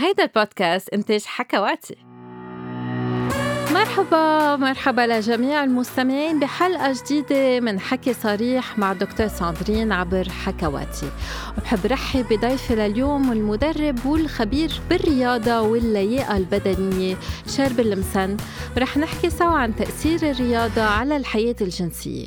هيدا البودكاست إنتاج حكواتي. مرحبا لجميع المستمعين بحلقة جديدة من حكي صريح مع دكتور ساندرين عبر حكواتي. وبحب رحب بضيفي لليوم المدرب والخبير بالرياضة واللياقة البدنية شرب المسن، ورح نحكي سوا عن تأثير الرياضة على الحياة الجنسية.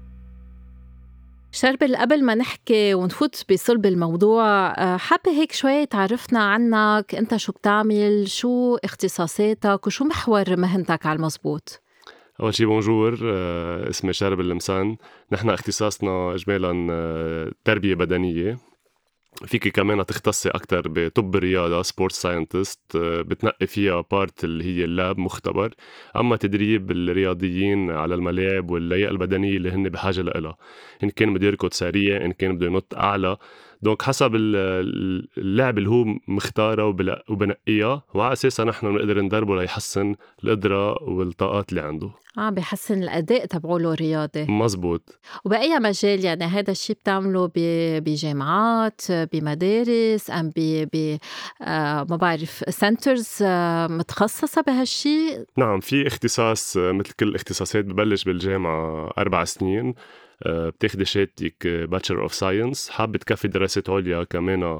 شربل، قبل ما نحكي ونفوت بصلب الموضوع، حابة هيك شوي تعرفنا عنك، انت شو بتعمل، شو اختصاصاتك وشو محور مهنتك على المزبوط؟ أول شي بونجور، اسمي شربل المسن. نحن اختصاصنا إجمالاً تربية بدنية. فيكي كمان تختصي أكتر بطب الرياضة سبورت ساينتست، بتنقي فيها بارت اللي هي اللاب مختبر. أما تدريب الرياضيين على الملاعب واللياقة البدنية اللي هن بحاجة لها، إن كان بده يركض سريع، إن كان بده ينط أعلى، دونك حسب اللعب اللي هو مختاره وبنقيها، وعلى أساسها نحن نقدر ندربه ليحسن القدرة والطاقات اللي عنده. بيحسن الأداء تبعوله الرياضي. مزبوط. وبأي مجال يعني هذا الشيء بتعمله؟ بجامعات، بمدارس، أم ما بعرف سنترز متخصصة بهالشيء؟ نعم، في اختصاص مثل كل الاختصاصات ببلش بالجامعة 4 سنين، بتاخدي شهادتك باتشلر اوف ساينس. حابة تكفي دراسات عليا كمان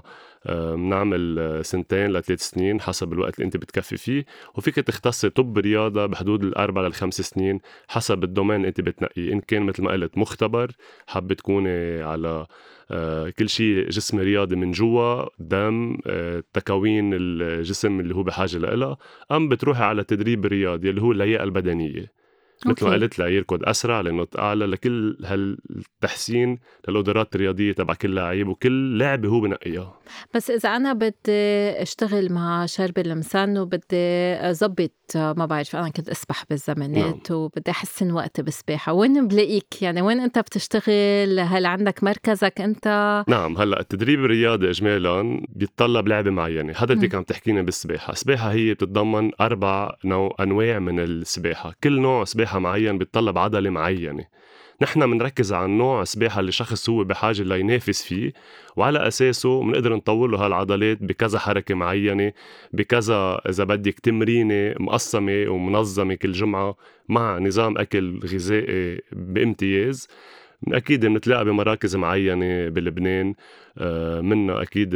بنعمل 2 ل3 سنين حسب الوقت اللي انت بتكفي فيه. وفيك تختصي طب رياضة بحدود 4 ل5 سنين حسب الدومين اللي انت بتنقيه. ان كان مثل ما قلت مختبر، حابة تكوني على كل شيء جسم رياضي من جوا، دم، تكوين الجسم اللي هو بحاجة لها، أم بتروحي على تدريب رياضي اللي هو اللياقة البدنية، مثل ما قلت، ليركض أسرع، لينط أعلى، لكل هالتحسين للقدرات الرياضية تبع كل لاعب، وكل لعبة هو بنقيها. بس إذا أنا بدي أشتغل مع شربل المسن وبدي أضبط، ما بعرف، أنا كنت أسبح بالزمانات وبدي أحسن وقتي بالسباحة، وين بلاقيك؟ يعني وين أنت بتشتغل؟ هل عندك مركزك أنت؟ نعم، هلأ التدريب الرياضي إجمالاً بيتطلب لعبة معينة. حضرتك عم تحكينا بالسباحة. السباحة هي بتتضمن 4 أنواع من السباحة. كل نوع سباحة معين بيتطلب عضلة معينة. نحن منركز على النوع سباحة اللي شخص هو بحاجة لينافس فيه، وعلى أساسه منقدر نطور له هالعضلات بكذا حركة معينة، بكذا إذا بدك تمرينة مقسمة ومنظمة كل جمعة، مع نظام أكل غذائي بامتياز. أكيد بنتلاقى بمراكز معينة بلبنان، منها أكيد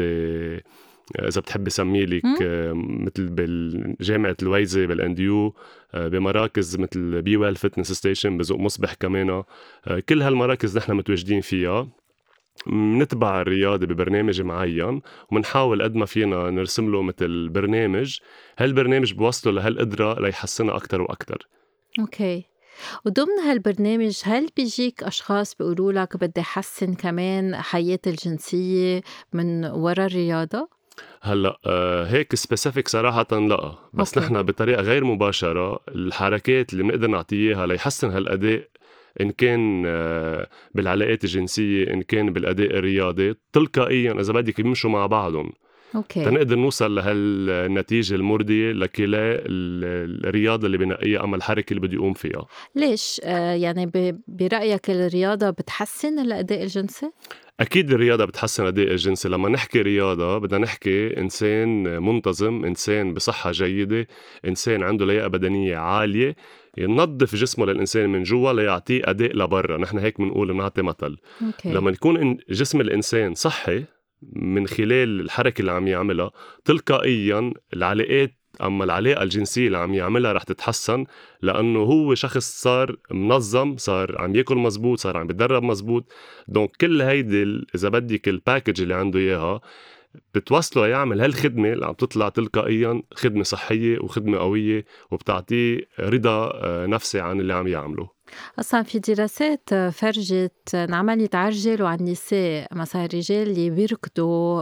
إذا بتحبي سميلك مثل بالجامعة الويزة بالانديو، بمراكز مثل بيوال فتنس ستيشن بزوق مصبح كمان. كل هالمراكز نحن متواجدين فيها. نتبع الرياضة ببرنامج معين، ومنحاول قد ما فينا نرسم له مثل برنامج. هالبرنامج بوصله لهالقدرة ليحسنها أكتر وأكتر. أوكي. وضمن هالبرنامج هل بيجيك أشخاص بيقولوا لك بدي أحسن كمان حياتي الجنسية من وراء الرياضة؟ هلأ هيك سبيسيفيك صراحة لا، بس أوكي. نحن بطريقة غير مباشرة الحركات اللي بنقدر نعطيها ليحسن هالأداء، إن كان بالعلاقات الجنسية، إن كان بالأداء الرياضي، تلقائيا إذا بدك بيمشوا مع بعضهم أوكي. تنقدر نوصل لهالنتيجة المرضية لكلا الرياضة اللي بنقيها أما الحركة اللي بده يقوم فيها. ليش؟ يعني برأيك الرياضة بتحسن الأداء الجنسي؟ أكيد الرياضة بتحسن الأداء الجنسي. لما نحكي رياضة بدنا نحكي إنسان منتظم، إنسان بصحة جيدة، إنسان عنده لياقة بدنية عالية، ينظف جسمه للإنسان من جوا ليعطيه أداء لبرا. نحن هيك بنقول، نعطي مثل. أوكي. لما يكون جسم الإنسان صحي من خلال الحركة اللي عم يعملها، تلقائيا العلاقات أما العلاقة الجنسية اللي عم يعملها رح تتحسن، لأنه هو شخص صار منظم، صار عم يأكل مزبوط، صار عم يتدرب مزبوط. دونك كل هيدي إذا بدك الباكج اللي عنده إياها بتوصله يعمل هالخدمة اللي عم تطلع تلقائيا خدمة صحية وخدمة قوية، وبتعطيه رضا نفسي عن اللي عم يعمله. أصلا في دراسات فرجت انعملت عرجل وعن النساء، مثلا الرجال اللي بيركضوا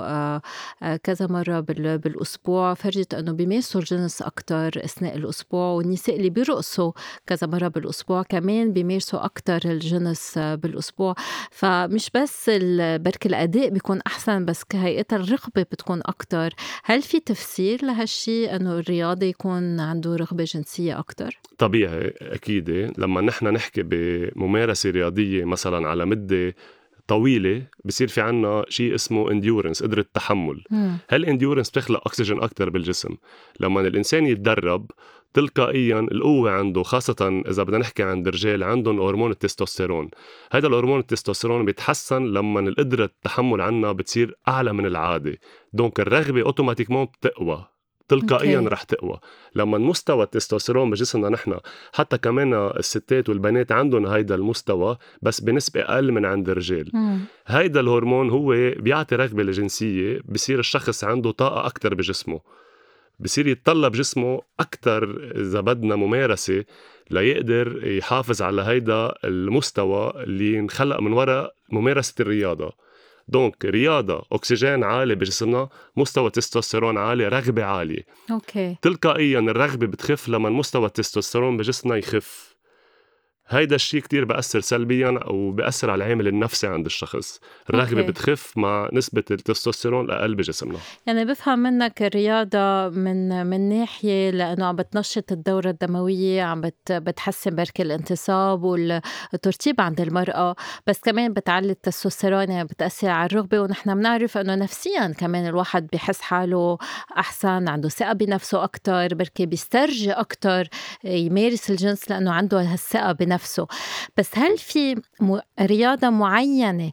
كذا مرة بالأسبوع، فرجت أنه بيمارسوا الجنس أكتر أثناء الأسبوع، والنساء اللي بيرقصوا كذا مرة بالأسبوع كمان بيمارسوا أكتر الجنس بالأسبوع. فمش بس برك الأداء بيكون أحسن، بس كهيئة الرغبة بتكون أكتر. هل في تفسير لهالشي أنه الرياضي يكون عنده رغبة جنسية أكتر؟ طبيعي أكيد. لما نحن نحكي بممارسة رياضية مثلا على مدة طويلة بصير في عنا شيء اسمه endurance، قدرة تحمل. هالendurance بتخلق أكسجين أكتر بالجسم. لما الإنسان يتدرب تلقائيا القوة عنده، خاصة إذا بدنا نحكي عن الرجال، عندهم هرمون التستوستيرون. هذا الهرمون التستوستيرون بيتحسن لما القدرة التحمل عنا بتصير أعلى من العادة، دونك الرغبة أوتوماتيكمون بتقوى، تلقائيا رح تقوى. لما مستوى التستوستيرون بجسمنا نحن، حتى كمان الستات والبنات عندهم هيدا المستوى بس بنسبة أقل من عند الرجال. هيدا الهرمون هو بيعطي رغبة الجنسية، بصير الشخص عنده طاقة أكتر بجسمه، بصير يتطلب جسمه أكتر إذا بدنا ممارسة ليقدر يحافظ على هيدا المستوى اللي انخلق من وراء ممارسة الرياضة. دونك رياضة، أكسجين عالي بجسمنا، مستوى تستوستيرون عالي، رغبة عالية. تلقائيا الرغبة بتخف لما مستوى التستوستيرون بجسمنا يخف. هيدا الشيء كتير بأثر سلبيا أو بأثر على العامل النفسي عند الشخص. الرغبة بتخف مع نسبة التستوستيرون الأقل بجسمنا. يعني بفهم منك الرياضة من ناحية لأنه عم بتنشط الدورة الدموية، عم بتحسن بركة الانتصاب والترتيب عند المرأة، بس كمان بتعلي التستوستيرون، يعني بتأثر على الرغبة. ونحن بنعرف أنه نفسيا كمان الواحد بيحس حاله أحسن، عنده ثقة بنفسه أكتر، بركة بيسترجي أكتر يمارس الجنس لأنه عنده هالثقة بنفسه. بس هل في رياضة معينة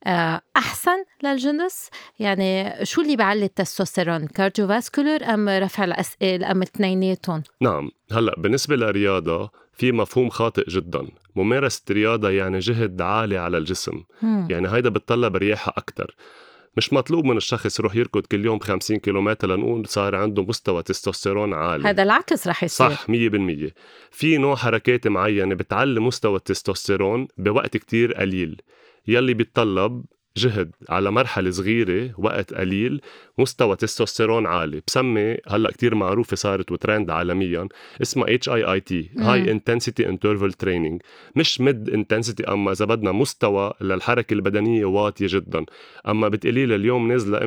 أحسن للجنس؟ يعني شو اللي بيعلي التستوستيرون، كارديوفاسكولر أم رفع الأسئلة أم الاثنيناتهم؟ نعم، هلأ بالنسبة للرياضة في مفهوم خاطئ جدا. ممارسة الرياضة يعني جهد عالي على الجسم. يعني هيدا بتطلب رياحة أكتر. مش مطلوب من الشخص يروح يركض كل يوم 50 كيلومتر لنقول صار عنده مستوى تستوستيرون عالي. هذا العكس رح يصير. صح 100%. في نوع حركات معينة بتعلي مستوى التستوستيرون بوقت كتير قليل، يلي بيتطلب جهد على مرحلة صغيرة وقت قليل، مستوى تستوستيرون عالي. بسمي هلأ كتير معروفة صارت وترند عالميا، اسمها HIIT High Intensity Interval Training. مش Mid Intensity، أما إذا بدنا مستوى للحركة البدنية واطية جدا. أما بتقليل اليوم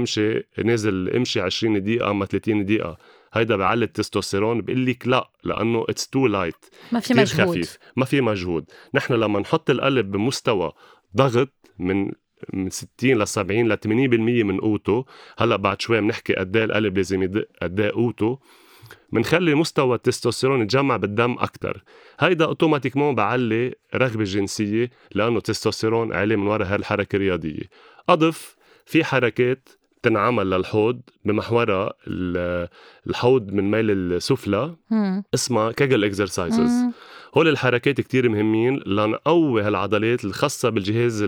نازل امشي 20 دقيقة أما 30 دقيقة، هيدا بعلي التستوستيرون. بقلك لا، لأنه it's too light، ما في مجهود. خفيف، ما في مجهود. نحن لما نحط القلب بمستوى ضغط من 60 ل 70 ل 80% من قوته، هلأ بعد شوي بنحكي قد ايه القلب لازم يدق، قد ايه قوته، منخلي مستوى التستوستيرون يتجمع بالدم أكتر. هيدا أوتوماتيكمون بعلي رغبة جنسية لأنه التستوستيرون عالي من وراء هالحركة الرياضية. أضف في حركات تنعمل للحوض بمحورها الحوض من ميل السفلى، اسمها كيجل اكسرسايزز. هول الحركات كتير مهمين لنقوي هالعضلات الخاصة بالجهاز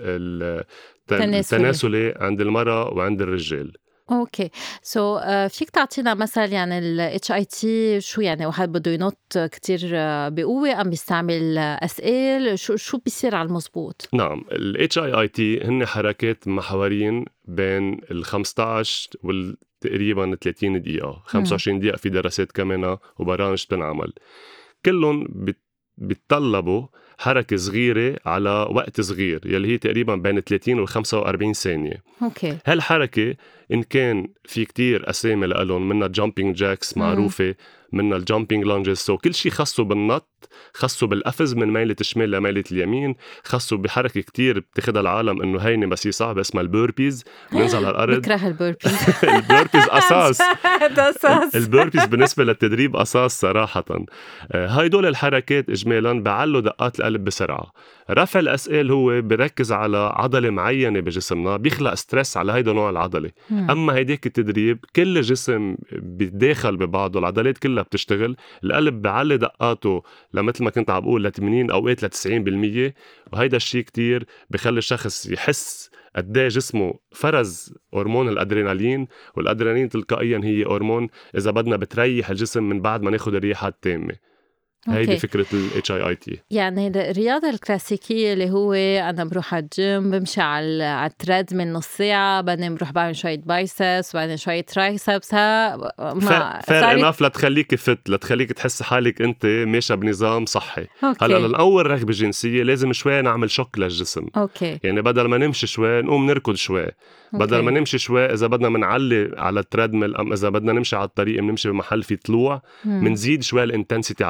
التناسلي عند المرأة وعند الرجال. اوكي سو فيك تعطينا مثلا يعني ال HIT شو يعني؟ واحد بده ينط كتير بقوة أم بيستعمل أسئلة؟ شو بيصير على المزبوط؟ نعم، ال HIIT هن حركات محورين بين ال 15 تقريبا 30 دقيقة، 25 دقيقة. في دراسات كمان وبرامج بتنعمل، كلهم بيتطلبوا حركة صغيرة على وقت صغير، يلي هي تقريبا بين 30 و 45 ثانية. أوكي. هالحركة إن كان في كتير أسامي لقلهم، منها jumping jacks معروفة، منها الجامبينج لانجز. سو كل شيء خاصه بالنط، خاصه بالقفز من ميلة الشمال لميلة اليمين، خاصه بحركة كتير بتاخدها العالم إنه هينة بس هي صعبة، اسمها البوربيز. بننزل على الأرض. بكره البوربيز. البوربيز أساس. أساس. البوربيز بالنسبة للتدريب أساس صراحة. هاي دول الحركات إجمالاً بعلوا دقات القلب بسرعة. رفع الأسئلة هو بركز على عضلة معينة بجسمنا، بيخلق ستريس على هيدا نوع العضلة. أما هيديك التدريب كل الجسم بيتداخل ببعضه، العضلات كلها بتشتغل، القلب بعلي دقاته لمثل ما كنت عم بقول ل 80 أوقات ل 90%. وهيدا الشيء كتير بخلي الشخص يحس قديه جسمه فرز هرمون الأدرينالين، والأدرينالين تلقائيا هي هرمون إذا بدنا بتريح الجسم من بعد ما ناخد الريحة التامة. هيدي فكرة ال HIIT. يعني الرياضة الكلاسيكية اللي هو أنا بروح على الجيم، بمشي على التريد من نص ساعة، بعدين بروح بعمل شوية بايسبس وبعدين شوية ترايسبس. fair enough لتخليك فت، لتخليك تحس حالك أنت ماشي بنظام صحي. هلأ لنقوّر رغبة جنسية لازم شوي نعمل شوك للجسم. يعني بدل ما نمشي شوي نقوم نركض شوي، بدل ما نمشي شوي إذا بدنا منعلي على التريدميل، أم إذا بدنا نمشي على الطريق بنمشي بمحل في طلوع، منزيد شوي الانتنسيتي على القلب.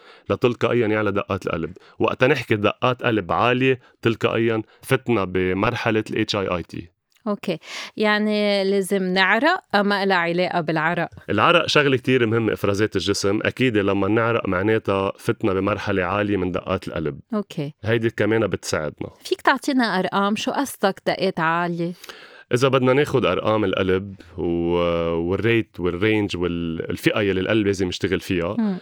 لتلقائيا يعلى دقات القلب. وقت نحكي دقات قلب عالية تلقائيا فتنا بمرحلة ال HIIT. أوكي، يعني لازم نعرق أما إلها علاقة بالعرق؟ العرق شغلة كتير مهمة إفرازات الجسم، أكيد لما نعرق معناتها فتنا بمرحلة عالية من دقات القلب. أوكي، هيدي كمان بتساعدنا. فيك تعطينا أرقام شو قصدك دقات عالية؟ إذا بدنا ناخد أرقام القلب والريت والرينج والفئة يلي القلب لازم يشتغل فيها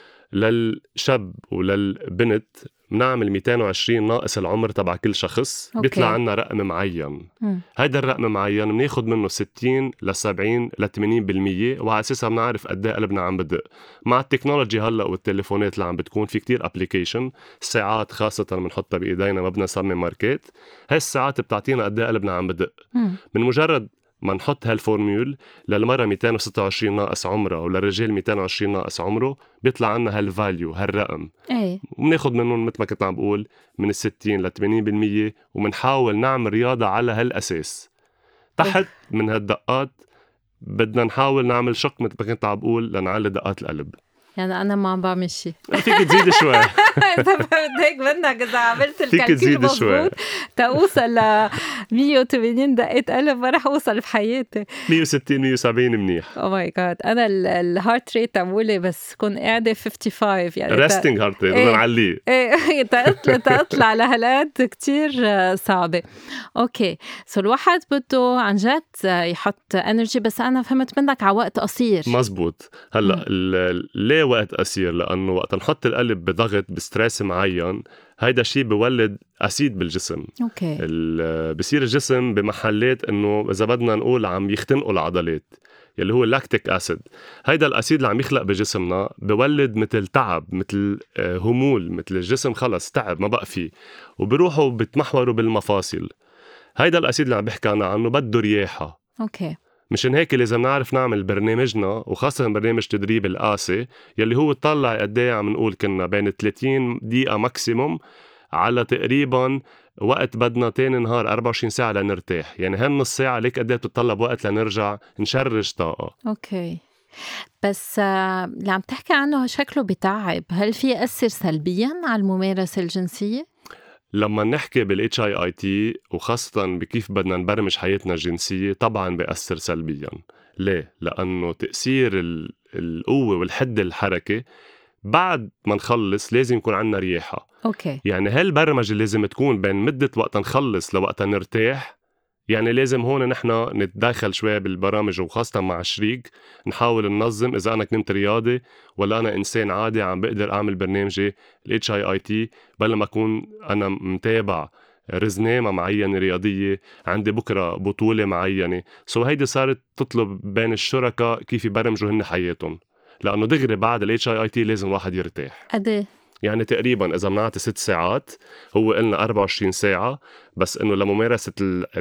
للشاب وللبنت، بنعمل 220 ناقص العمر تبع كل شخص. أوكي. بيطلع عنا رقم معين. هيدا الرقم معين بناخد منه 60 ل70 ل80%، وعلى أساسها بنعرف قد ايه قلبنا عم بدق. مع التكنولوجي هلا والتليفونات اللي عم بتكون في كتير ابليكيشن، الساعات خاصة بنحطها بإيدينا ما بدنا نصمم ماركات، هاي الساعات بتعطينا قد ايه قلبنا عم بدق. من مجرد ما نحط هالفورميول للمرة 226 ناقص عمره وللرجال 220 ناقص عمره، بيطلع عنا هالفاليو هالرقم. وبناخد منهم مثل ما كنت عم بقول من 60 ل 80%، ومنحاول نعمل رياضة على هالأساس. تحت من هالدقات بدنا نحاول نعمل شق مثل ما كنت عم بقول لنعلي دقات القلب. يعني أنا ما عم بعمل شيء. فيك تزيد شوي. إذا بدك منك، إذا عملت الكالكول مظبوط تأوصل ل 180 دقة قلب ما رح أوصل بحياتي. 160 170 منيح. أو ماي جاد، أنا الهارت ريت تبعولي بس كون قاعدة 55 يعني ريستنج هارت ريت بدنا نعليه. إيه تطلع لهالقد كتير صعبة. أوكي، سو الواحد بده عن جد يحط انرجي، بس أنا فهمت منك على وقت قصير. مزبوط. هلا ليه وقت قصير؟ لأنه وقت نحط القلب بضغط بستريس معين، هيدا الشيء بولد أسيد بالجسم. أوكي. بصير الجسم بمحلات إنه إذا بدنا نقول عم يختنقوا العضلات، يلي هو اللاكتيك أسيد. هيدا الأسيد اللي عم يخلق بجسمنا بولد مثل تعب، مثل همول، مثل الجسم خلص تعب ما بقى فيه، وبروحوا بتمحوروا بالمفاصل. هيدا الأسيد اللي عم بحكي عنه بده رياحة. أوكي. مشان هيك لازم نعرف نعمل برنامجنا، وخاصة برنامج تدريب القاسي يلي هو تطلع قد ايه عم نقول كنا بين 30 دقيقة ماكسيموم على تقريبا وقت بدنا تاني نهار 24 ساعة لنرتاح. يعني هالنص ساعة ليك قد ايه بتطلب وقت لنرجع نشرج طاقة. اوكي، بس اللي عم تحكي عنه شكله بتعب، هل في يأثر سلبيا على الممارسة الجنسية؟ لما نحكي بالHIIT وخاصة بكيف بدنا نبرمج حياتنا الجنسية، طبعا بيأثر سلبيا. ليه؟ لأنه تأثير القوة والحد الحركة بعد ما نخلص لازم يكون عنا رياحة. أوكي. يعني هالبرمجة لازم تكون بين مدة وقت نخلص لوقت نرتاح. يعني لازم هون نحن نتداخل شوي بالبرامج، وخاصة مع الشريك نحاول ننظم إذا أنا كنت رياضي ولا أنا إنسان عادي عم بقدر أعمل برنامجي HIIT، بل ما أكون أنا متابع رزنامة معينة رياضية، عندي بكرة بطولة معينة. هيدي صارت تطلب بين الشركاء كيف يبرمجوا هن حياتهم، لأنه دغري بعد HIIT لازم واحد يرتاح. قديه؟ يعني تقريبا إذا بنعطي 6 ساعات، هو قلنا 24 ساعة، بس إنه لممارسة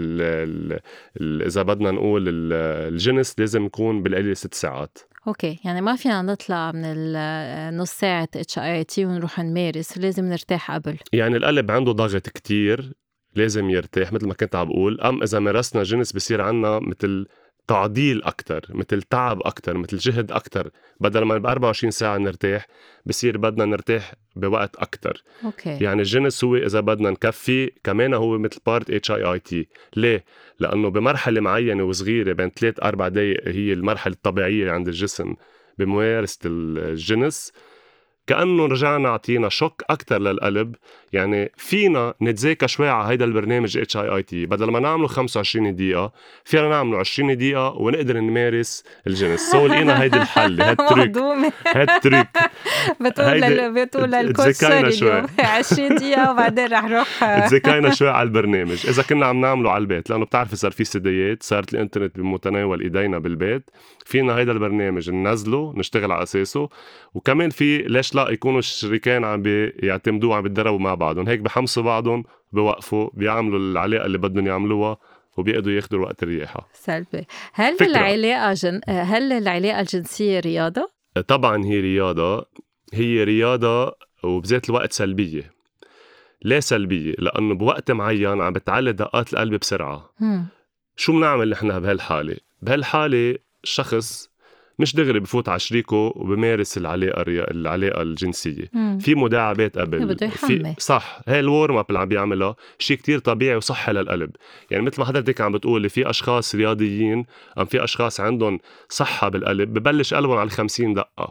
إذا بدنا نقول الجنس لازم يكون بالقليل 6 ساعات. أوكي، يعني ما فينا نطلع من النص ساعة HIIT ونروح نمارس، لازم نرتاح قبل. يعني القلب عنده ضغط كتير لازم يرتاح مثل ما كنت عم بقول. إذا مارسنا جنس بصير عنا مثل تعديل أكتر، مثل تعب أكتر، مثل جهد أكتر. بدل ما ب24 ساعة نرتاح بصير بدنا نرتاح بوقت أكتر. أوكي. يعني الجنس هو إذا بدنا نكفي كمان هو مثل بارت HIIT. ليه؟ لأنه بمرحلة معينة وصغيرة بين 3-4 دقايق هي المرحلة الطبيعية عند الجسم بممارسة الجنس، كأنه رجعنا عطينا شوك أكتر للقلب. يعني فينا نتذاكى شوي على هيدا البرنامج HIIT، بدل ما نعمله 25 دقيقة فينا نعمله 20 دقيقة ونقدر نمارس الجنس. لقينا هيدا الحل، هالتريك بتقول للكوتش سوري 20 دقيقة وبعدين رح نروح. تذكينا شوي على البرنامج إذا كنا عم نعمله على البيت، لأنه بتعرف صار في سديات، صارت الإنترنت بمتناول إيدينا بالبيت، فينا هيدا البرنامج ننزله نشتغل على أساسه. وكمان في ليش لا يكونوا الشريكين عم بيعتمدوا عم بيتدربوا مع بعضهم، هيك بحمسوا بعضهم، بوقفوا بيعملوا العلاقة اللي بدهم يعملوها وبيقدروا ياخدوا وقت الرياحة. سلبي. هل العلاقة الجنسية رياضة؟ طبعا هي رياضة وبذات الوقت سلبية. ليه سلبية؟ لأنه بوقت معين عم بتعلي دقات القلب بسرعة. شو بنعمل نحن بهالحالة؟ الشخص مش دغري بفوت على شريكه وبمارس العلاقة الجنسية. مم. في مداعبات قبل، بده يحمي. صح، هاي الورم اب اللي عم بيعملها شيء كتير طبيعي وصحي للقلب. يعني مثل ما حضرتك عم بتقولي في أشخاص رياضيين أم في أشخاص عندهم صحة بالقلب ببلش قلبهم على 50 دقة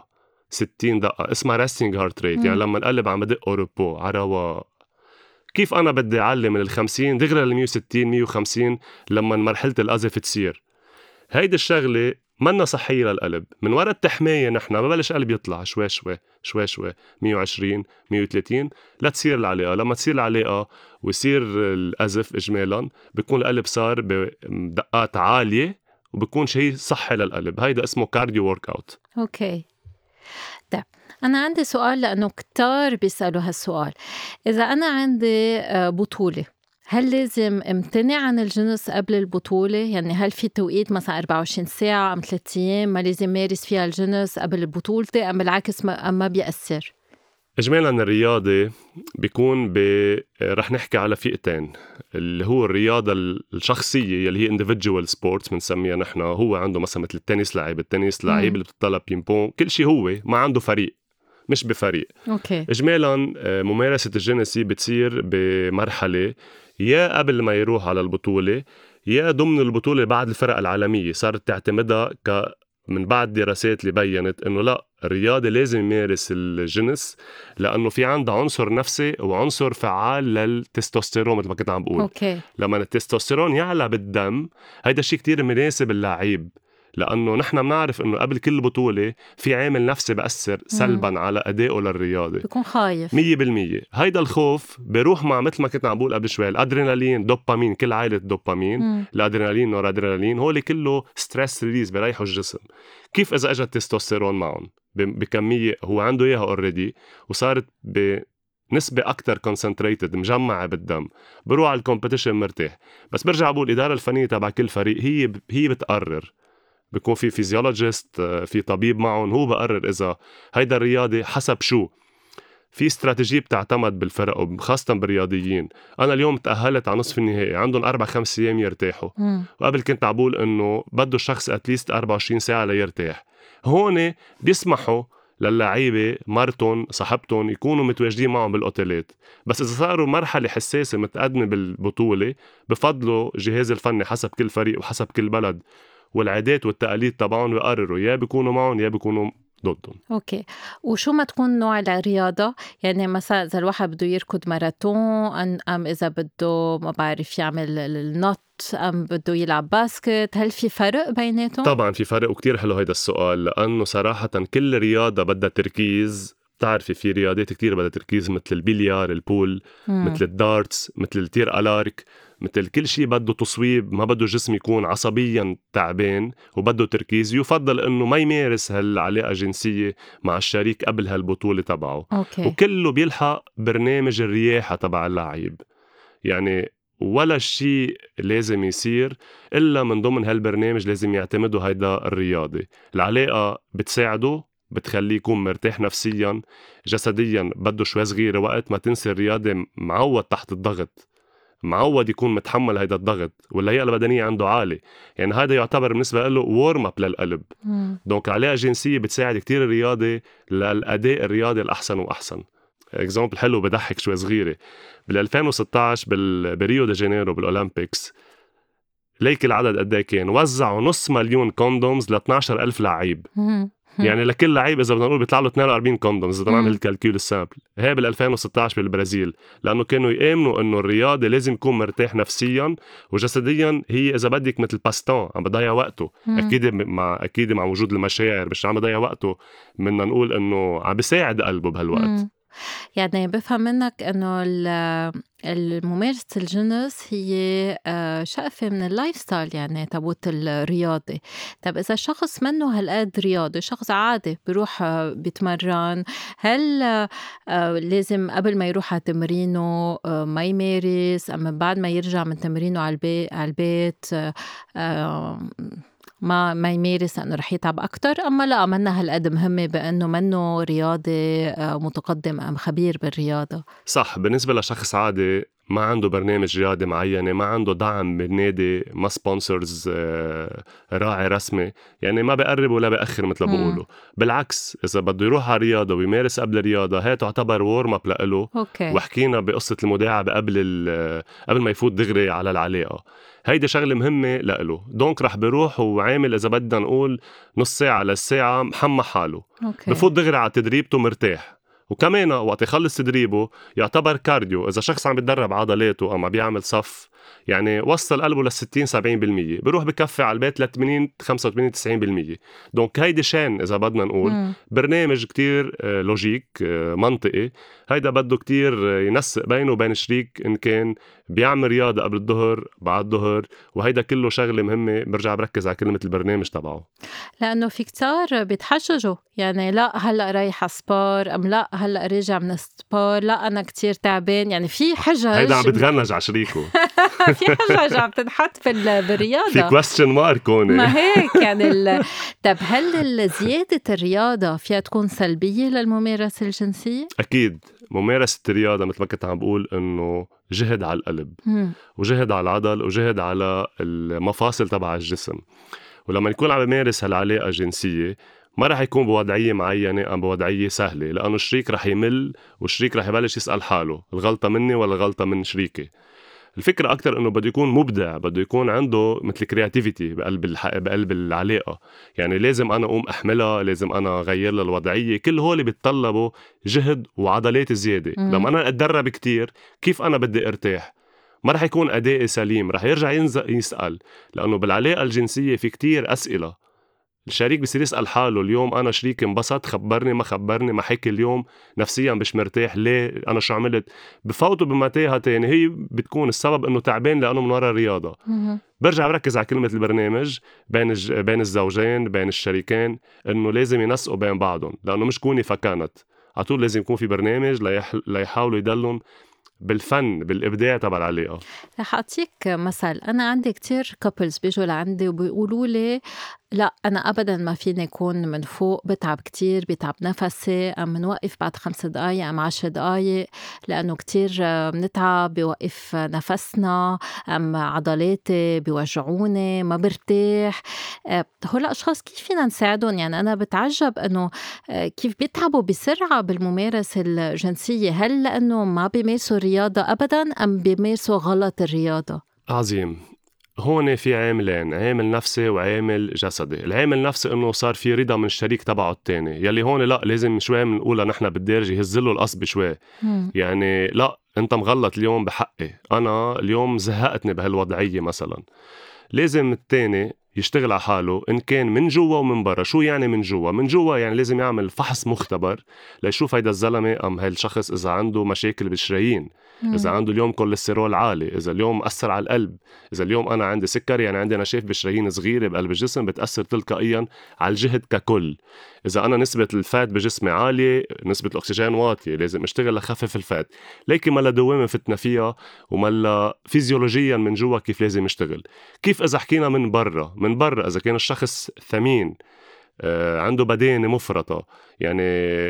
60 دقة، اسمها resting heart rate. يعني لما القلب عم بدق أوروبو على رواق. كيف أنا بدي أعلي من 50 دغري ل 160 150 لما مرحلة الأزف تصير؟ هيدي الشغلة منا صحية للقلب. من وراء التحماية نحن ببلش قلب يطلع شوي شوي شوي شوي 120 130 لا تصير العلاقة. لما تصير العلاقة ويصير الأزف إجمالا بيكون القلب صار بدقات عالية وبيكون شيء صحي للقلب. هيدا اسمه كارديو ورك اوت. اوكي. طيب أنا عندي سؤال لأنه كتار بيسألوا هالسؤال. إذا أنا عندي بطولة، هل لازم امتنع عن الجنس قبل البطولة؟ يعني هل في توقيت مثلا 24 ساعة أم 3 أيام ما لازم مارس فيها الجنس قبل بطولتي، أم بالعكس ما بيأثر؟ إجمالاً الرياضة بيكون رح نحكي على فئتين، اللي هو الرياضة الشخصية اللي هي individual sports بنسميها نحن. هو عنده مثلا مثل التنس لعيب اللي بتطلب بينبون، كل شيء هو ما عنده فريق، مش بفريق. أوكي. إجمالاً ممارسة الجنسي بتصير بمرحلة يا قبل ما يروح على البطولة يا ضمن البطولة بعد الفرق العالمية. صارت تعتمدها من بعد دراسات اللي بيّنت إنه لا، الرياضة لازم يمارس الجنس لأنه في عنده عنصر نفسي وعنصر فعال للتستوستيرون. مثل ما كنت عم بقول، أوكي. لما التستوستيرون يعلى بالدم هيدا الشيء كتير مناسب اللاعب، لأنه نحن بنعرف إنه قبل كل بطولة في عامل نفسي بأثر سلباً على أدائه للرياضة. بيكون خايف 100%. هيدا الخوف بيروح مع مثل ما كنت عم بقول قبل شوي الأدرينالين، دوبامين، كل عائلة دوبامين، الأدرينالين، نورادرينالين، هولي كله ستريس ريليز بيريحوا الجسم. كيف إذا أجى التستوستيرون معهم بكمية هو عنده إياها أوريدي وصارت بنسبة أكتر concentrated مجمعة بالدم، بروح على الكومبيتيشن مرتاح. بس برجع بقول الإدارة الفنية تبع كل فريق هي بتقرر. بيكون في فيزيولوجيست، في طبيب معهم، هو بقرر إذا هيدا الرياضة حسب شو. في استراتيجية بتعتمد بالفرق وخاصة بالرياضيين. أنا اليوم تأهلت على نصف النهائي، عندهم 4-5 أيام يرتاحوا. وقبل كنت عبول إنه بده الشخص أتليست 24 ساعة ليرتاح. هون بيسمحوا للعيبة مرتون صاحبتهم يكونوا متواجدين معهم بالأوتيلات. بس إذا صاروا مرحلة حساسة متقدمة بالبطولة بفضلوا جهاز الفني حسب كل فريق وحسب كل بلد والعادات والتقاليد تبعهم ويقرروا يا بيكونوا معهم يا بيكونوا ضدهم. أوكي. وشو ما تكون نوع الرياضة، يعني مثلا إذا الواحد بده يركض ماراثون أم إذا بده ما بعرف يعمل النط أم بده يلعب باسكت، هل في فرق بيناتهم؟ طبعا في فرق، وكتير حلو هيدا السؤال لأنه صراحة كل رياضة بدها تركيز. بتعرفي في رياضات كتير بدها تركيز مثل البليار، البول، مثل الدارتس، مثل التير ألارك، مثل كل شيء بده تصويب. ما بده جسم يكون عصبيا تعبان وبده تركيز. يفضل انه ما يمارس هالعلاقة جنسية مع الشريك قبل هالبطولة تبعه. أوكي. وكله بيلحق برنامج الرياحة تبع اللاعب. يعني ولا شيء لازم يصير إلا من ضمن هالبرنامج لازم يعتمده هيدا الرياضي. العلاقة بتساعده، بتخليه يكون مرتاح نفسيا جسديا. بده شوي صغيرة وقت ما تنسي الرياضة معود تحت الضغط، معود يكون متحمل هيدا الضغط واللياقة البدنية عنده عالي. يعني هذا يعتبر بالنسبة له وورم اب للقلب. دونك العلاقة الجنسية بتساعد كتير الرياضة للأداء الرياضي الأحسن وأحسن. اكزامبل حلو بضحك شوي صغيرة، بال 2016 بريو دي جانيرو بالأولمبيكس، ليك العدد قد ايه كان؟ وزعوا 500,000 كوندومز ل 12,000 لعيب. يعني لكل لعيب اذا بدنا نقول بيطلع له 42 كوندومز اذا بدنا نعمل الكالكول السامبل. هي بال 2016 بالبرازيل، لانه كانوا يامنوا انه الرياضه لازم يكون مرتاح نفسيا وجسديا. هي اذا بدك مثل باستون عم بضيع وقته، اكيد مع وجود المشاعر مش عم بضيع وقته، بدنا نقول انه عم بيساعد قلبه بهالوقت. يعني بفهم منك إنه الممارسة الجنس هي شقفة من اللايف ستايل يعني تبوت الرياضة. طب إذا شخص منه هالقد رياضي، شخص عادي بيروح بيتمرن، هل لازم قبل ما يروح على تمرينه ما يمارس، أما بعد ما يرجع من تمرينه على البيت ما يمارس لأنه رح يتعب أكتر؟ أما لا، منا هالقد مهمة بأنه منه رياضي متقدم أم خبير بالرياضة؟ صح، بالنسبة لشخص عادي ما عنده برنامج رياضي معين، ما عنده دعم بالنادي، ما سبونسرز راعي رسمي، يعني ما بقرب ولا بأخر مثل ما بقولوا. بالعكس إذا بده يروح على رياضة ويمارس قبل الرياضة هي تعتبر وورم اب لإله. أوكي. وحكينا بقصة المداعبة قبل ما يفوت دغري على العلاقة، هيدي شغلة مهمة لإله. دونك رح بيروح وعامل إذا بدنا نقول نص ساعة للساعة محمى حاله. أوكي. بفوت دغري على تدريبته مرتاح. وكمان وقت يخلص تدريبه يعتبر كارديو. إذا شخص عم بيتدرب عضلاته أو ما بيعمل صف، يعني وصل قلبه لل60-70%، بيروح بكفي على البيت ل80-85-90%. دونك هيدي شان إذا بدنا نقول برنامج كتير لوجيك منطقي. هيدا بده كتير ينسق بينه وبين شريك إن كان بيعمل رياضة قبل الظهر بعد الظهر، وهيدا كله شغلة مهمة. برجع بركز على كلمة البرنامج تبعه، لأنه في كتار بيتحججوا، يعني لا هلأ رايح على سبار، أم لا هلأ راجع من السبار، لا أنا كتير تعبان. يعني في حجج، هيدا عم بتغنج على شريكه. في حجج عم تنحط بالرياضة، في question mark هون. ما هيك يعني طب هل زيادة الرياضة فيها تكون سلبية للممارسة الجنسية؟ أكيد ممارسة الرياضة مثل ما كنت عم بقول إنه جهد على القلب وجهد على العضل وجهد على المفاصل تبع الجسم. ولما يكون عم يمارس هالعلاقة الجنسية ما رح يكون بوضعية معينة أم بوضعية سهلة، لأنه الشريك رح يمل والشريك رح يبلش يسأل حاله الغلطة مني ولا الغلطة من شريكي. الفكرة أكتر إنه بده يكون مبدع، بده يكون عنده مثل كرياتيفيتي بقلب العلاقة. يعني لازم أنا أقوم أحملها، لازم أنا أغير لها الوضعية. كل هول بيتطلبوا جهد وعضلات زيادة. لما أنا أتدرب كتير كيف أنا بدي أرتاح؟ ما رح يكون أدائي سليم، رح يرجع يسأل. لأنه بالعلاقة الجنسية في كتير أسئلة. الشريك بصير يسأل حاله اليوم أنا شريك انبسط، خبرني ما خبرني، ما حكي اليوم، نفسيا مش مرتاح، ليه أنا شو عملت. بفوتوا بمتاهة تاني هي بتكون السبب إنه تعبان لأنه من وراء الرياضة. برجع بركز على كلمة البرنامج بين الزوجين بين الشريكين، إنه لازم ينسقوا بين بعضهم، لأنه مش كوني فكانت على طول. لازم يكون في برنامج ليحاولوا يدلون بالفن بالإبداع تبع العلاقة. رح أعطيك مثل. أنا عندي كتير كابلز بيجوا لعندي وبيقولوا لي لا أنا أبداً ما فيني أكون من فوق، بتعب كتير، بتعب نفسي، أم منوقف بعد 5 دقايق أم 10 دقايق لأنه كتير بنتعب، بوقف نفسنا، أم عضلاتي بيوجعوني، ما برتاح. هول الأشخاص كيف فينا نساعدهم؟ يعني أنا بتعجب أنه كيف بيتعبوا بسرعة بالممارسة الجنسية. هل لأنه ما بيمارسوا الرياضة أبداً أم بيمارسوا غلط الرياضة؟ عظيم. هون في عاملين، عامل نفسي وعامل جسدي. العامل النفسي انه صار في رضا من الشريك تبعه التاني، يلي هون لا لازم شوي بنقولها نحن بالدارجة يهزله القصب شوي. يعني لا انت مغلط اليوم بحقي، انا اليوم زهقتني بهالوضعية مثلا. لازم التاني يشتغل على حاله إن كان من جوا ومن برا. شو يعني من جوا؟ من جوا يعني لازم يعمل فحص مختبر ليشوف هيدا الزلمة أم هالشخص إذا عنده مشاكل بالشرايين، إذا عنده اليوم كوليسترول عالي، إذا اليوم أثر على القلب، إذا اليوم أنا عندي سكر يعني عندي نشاف بالشرايين صغيرة بقلب الجسم بتأثر تلقائيا على الجهد ككل. إذا أنا نسبة الفات بجسمي عالية، نسبة الأكسجين واطية، لازم أشتغل لخفف الفات. لكن ما دوامة فتنا فيها وما فيزيولوجيا من جوا كيف لازم يشتغل. كيف إذا حكينا من برا إذا كان الشخص ثمين، عنده بدانة مفرطة، يعني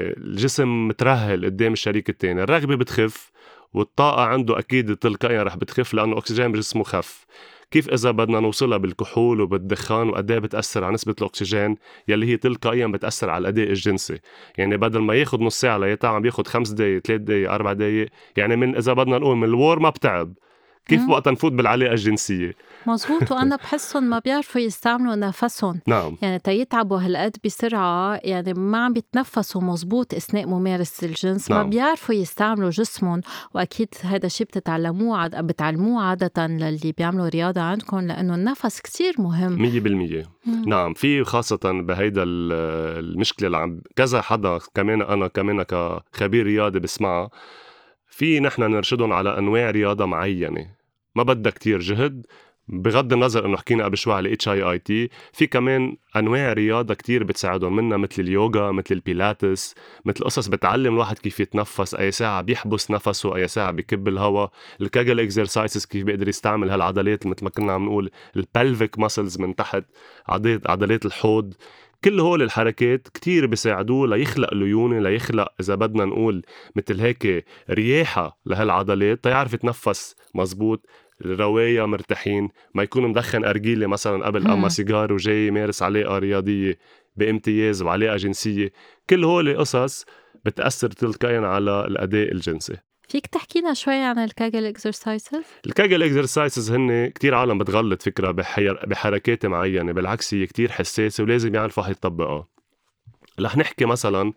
الجسم مترهل قدام الشريك التاني، الرغبة بتخف والطاقة عنده أكيد تلقائيا رح بتخف لأنه أكسجين بجسمه خف. كيف إذا بدنا نوصلها بالكحول وبالدخان وقديه بتأثر على نسبة الأكسجين يلي هي تلقائيا بتأثر على الأداء الجنسي. يعني بدل ما ياخد نص ساعة ليتعب عم بياخد 5 دقايق 3 دقايق 4 دقايق. يعني من إذا بدنا نقول من الوار ما بتعب، كيف وقت نفوت بالعلاقة الجنسية؟ مظبوط. وأنا بحسهم ما بيعرفوا يستعملوا نفسهم. نعم. يعني تيتعبوا هالقد بسرعة، يعني ما عم بيتنفسوا مظبوط أثناء ممارسة الجنس. نعم. ما بيعرفوا يستعملوا جسمهم. وأكيد هذا الشيء بتعلموه عادة للي بيعملوا رياضة عندكم، لأنه النفس كتير مهم. 100%. نعم. في خاصة بهيدا المشكلة اللي عم كذا حدا كمان أنا كمان كخبير رياضي بسمعها. في نحن نرشدهم على أنواع رياضة معينة ما بدها كتير جهد، بغض النظر انه حكينا قبل شوي على HIIT. في كمان انواع رياضه كتير بتساعدهم، منها مثل اليوغا، مثل البيلاتس، مثل قصص بتعلم الواحد كيف يتنفس، اي ساعه بيحبس نفسه، اي ساعه بيكب الهواء. الكاجل اكسرسايزز كيف بيقدر يستعمل هالعضلات مثل ما كنا عم نقول البلفيك ماسلز من تحت، عضلات الحوض، كل هول الحركات كتير بيساعدوه ليخلق ليونة، ليخلق إذا بدنا نقول مثل هيك رياحة لهالعضلات تيعرف يتنفس مزبوط، الرواية مرتاحين، ما يكون مدخن أرجيلة مثلا قبل أما سيجار وجاي يمارس علاقة رياضية بامتياز وعلاقة جنسية. كل هول قصص بتأثر تلقائيا على الأداء الجنسي. فيك تحكينا شوي عن الكاجل اكسرسايزز؟ الكاجل اكسرسايزز هن كتير عالم بتغلط فكرة بحركات معينة، بالعكس هي كتير حساسة ولازم يعرفوا يطبقها. رح نحكي مثلا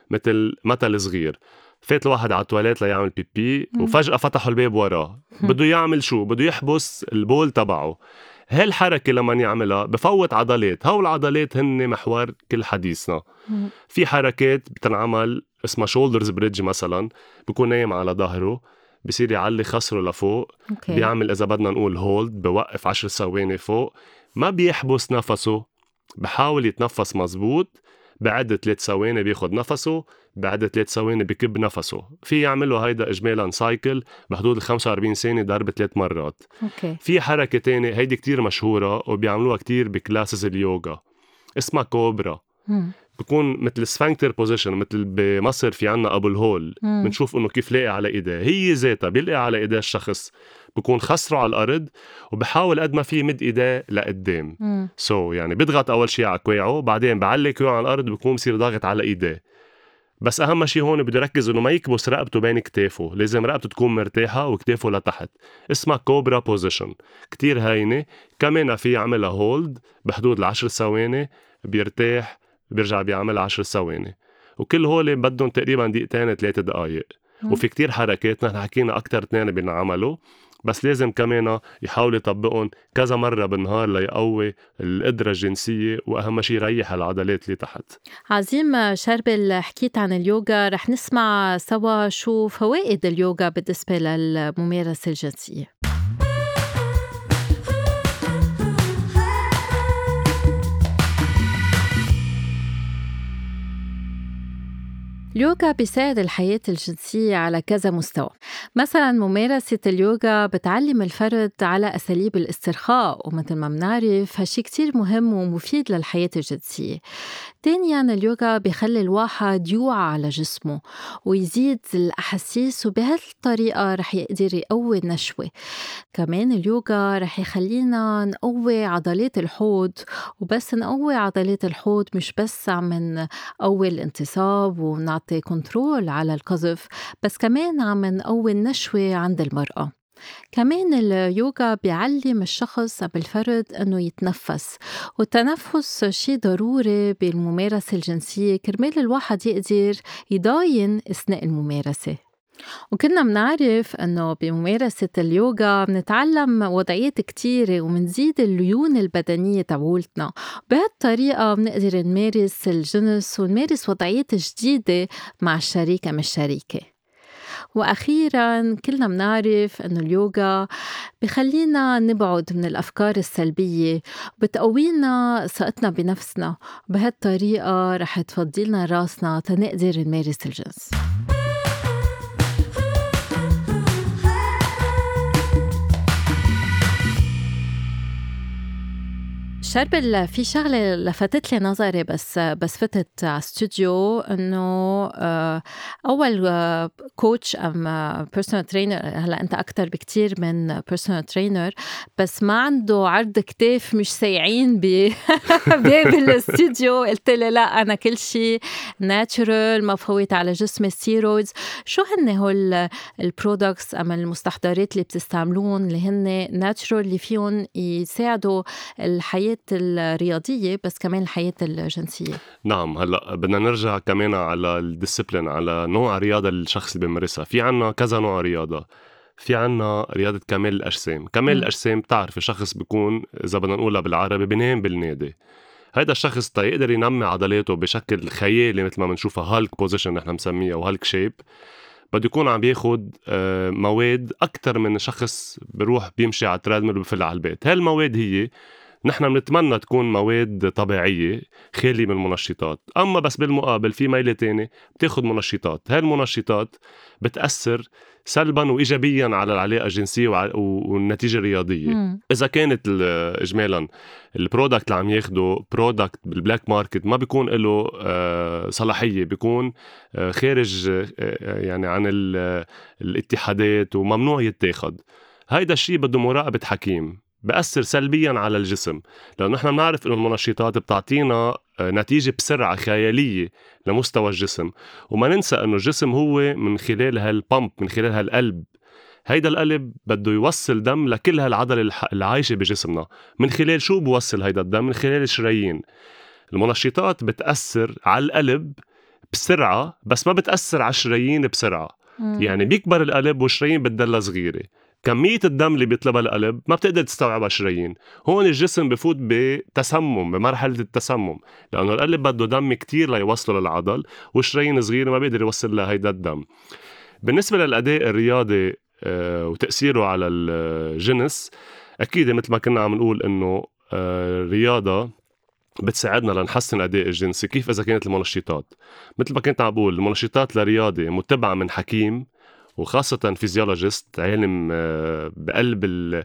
مثل صغير، فات الواحد على التواليت ليعمل بيبي وفجأة فتحوا الباب وراه، بده يعمل شو؟ بده يحبس البول تبعه. هالحركة لما يعملها بفوت عضلات، هول العضلات هن محور كل حديثنا. في حركات بتنعمل اسمها شولدرز بريدج مثلا، بيكون نايم على ظهره، بصير يعلي خصره لفوق، بيعمل إذا بدنا نقول هولد، بوقف 10 ثواني فوق، ما بيحبس نفسه، بحاول يتنفس مزبوط، بعد 3 ثواني بياخد نفسه، بعد 3 ثواني بكب نفسه. في يعملوا هيدا إجمالا سايكل بحدود 45 ثانية ضرب 3 مرات. في حركة تانية هيدي كتير مشهورة وبيعملوها كتير بكلاسز اليوغا، اسمها كوبرا. بكون مثل سفانكتر بوزيشن، مثل بمصر في عنا أبو الهول، بنشوف إنه كيف لاقي على إيديه، هي ذاتها بيلقي على إيديه الشخص، بكون خسره على الأرض وبحاول قد ما فيه مد إيديه لقدام. يعني بيضغط أول شيء على كواعه، بعدين بعلي كواعه على الأرض، بكون بصير ضاغط على إيديه. بس أهم شيء هون بده يركز إنه ما يكبس رقبته بين كتافه، لازم رقبته تكون مرتاحة وكتافه لتحت. اسمها كوبرا بوزيشن، كتير هاينة. كمان في يعملها هولد بحدود 10 ثواني، بيرتاح، بيرجع بيعملها 10 ثواني، وكل هول بدهم تقريبا 2-3 دقايق. وفي كتير حركات نحن حكينا أكتر 2 بنعملوا، بس لازم كمان يحاول يطبقهم كذا مرة بالنهار ليقوي القدرة الجنسية، وأهم شيء يريح العضلات اللي تحت. عظيم شربل، حكيت عن اليوغا، رح نسمع سوا شو فوائد اليوغا بالنسبة للممارسة الجنسية. اليوغا بيساعد الحياة الجنسية على كذا مستوى. مثلا ممارسة اليوغا بتعلم الفرد على أساليب الاسترخاء، ومثل ما بنعرف هالشي كتير مهم ومفيد للحياة الجنسية. تانياً اليوغا بيخلي الواحد يوعى على جسمه ويزيد الأحاسيس، وبهالطريقة رح يقدر يقوي النشوة. كمان اليوغا رح يخلينا نقوي عضلات الحوض، وبس نقوي عضلات الحوض مش بس عم نقوي الانتصاب ونعطي كنترول على القذف، بس كمان عم نقوي النشوة عند المرأة. كمان اليوغا بيعلم الشخص أو الفرد أنه يتنفس، والتنفس شيء ضروري بالممارسة الجنسية كرمال الواحد يقدر يضاين أثناء الممارسة. وكنا منعرف أنه بممارسة اليوغا بنتعلم وضعيات كتيرة ومنزيد الليونة البدنية تبعولتنا. بهالطريقة بنقدر نمارس الجنس ونمارس وضعيات جديدة مع الشريك أم الشريكة. وأخيراً كلنا منعرف أنه اليوغا بخلينا نبعد من الأفكار السلبية، بتقوينا ثقتنا بنفسنا، بهالطريقة رح تفضيلنا راسنا تنقدر نمارس الجنس. شربل، في شغلة لفتت لي نظري بس فتت على استوديو، إنه أول كوتش أم بيرسونال ترينر، هلا أنت أكتر بكتير من بيرسونال ترينر، بس ما عنده عرض كتاف مش سايعين بباب الاستوديو. قلت لي لا، أنا كل شيء ناتشورال، ما فوت على جسمي ستيرويدز. شو هن هول البرودكتس أم المستحضرات اللي بتستعملون اللي هن ناتشورال، اللي فيهم يساعدوا الحياة الرياضية بس كمان الحياة الجنسية؟ نعم، هلأ بدنا نرجع كمان على الديسيبلين، على نوع رياضة الشخص اللي بيمارسها. في عنا كذا نوع رياضة. في عنا رياضة كمال الأجسام. كمال الأجسام بتعرف الشخص بيكون إذا بدنا نقولها بالعربي بينام بالنادي. هيدا الشخص يقدر ينمي عضلاته بشكل خيالي، مثل ما بنشوفها هالك بوزيشن نحن مسميها وهالك شيب، بده يكون عم بياخد مواد أكتر من شخص بروح بيمشي على الترادميل وبفل على البيت. هالمواد هي نحن بنتمنى تكون مواد طبيعية خالية من المنشطات، أما بس بالمقابل في ميلة تاني بتاخد منشطات. هاي المنشطات بتأثر سلبا وإيجابيا على العلاقة الجنسية والنتيجة الرياضية. إذا كانت إجمالا البرودكت اللي عم ياخده برودكت بالبلاك ماركت ما بيكون له صلاحية، بيكون خارج يعني عن الاتحادات وممنوع يتاخد، هيدا الشيء بده مراقبة حكيم، بأثر سلبيا على الجسم. لأنه نحن بنعرف إنه المنشطات بتعطينا نتيجة بسرعة خيالية لمستوى الجسم، وما ننسى إنه الجسم هو من خلال هالبامب، من خلال هالقلب. هيدا القلب بده يوصل دم لكل هالعضلة اللي عايشة بجسمنا. من خلال شو بوصل هيدا الدم؟ من خلال الشرايين. المنشطات بتأثر على القلب بسرعة بس ما بتأثر على الشرايين بسرعة. يعني بيكبر القلب والشرايين بتضلها صغيرة. كمية الدم اللي بيطلبها القلب ما بتقدر تستوعبها الشرايين. هون الجسم بفوت بتسمم، بمرحلة التسمم، لأنه القلب بده دم كتير ليوصله للعضل، والشرايين صغيرة ما بيقدر يوصل لها هيدا الدم. بالنسبة للأداء الرياضي وتأثيره على الجنس، أكيد مثل ما كنا عم نقول إنه الرياضة بتساعدنا لنحسن أداء الجنسي. كيف؟ إذا كانت المنشطات مثل ما كنت عم بقول، المنشطات لرياضة متبعة من حكيم وخاصة فيزيولوجيست عالم بقلب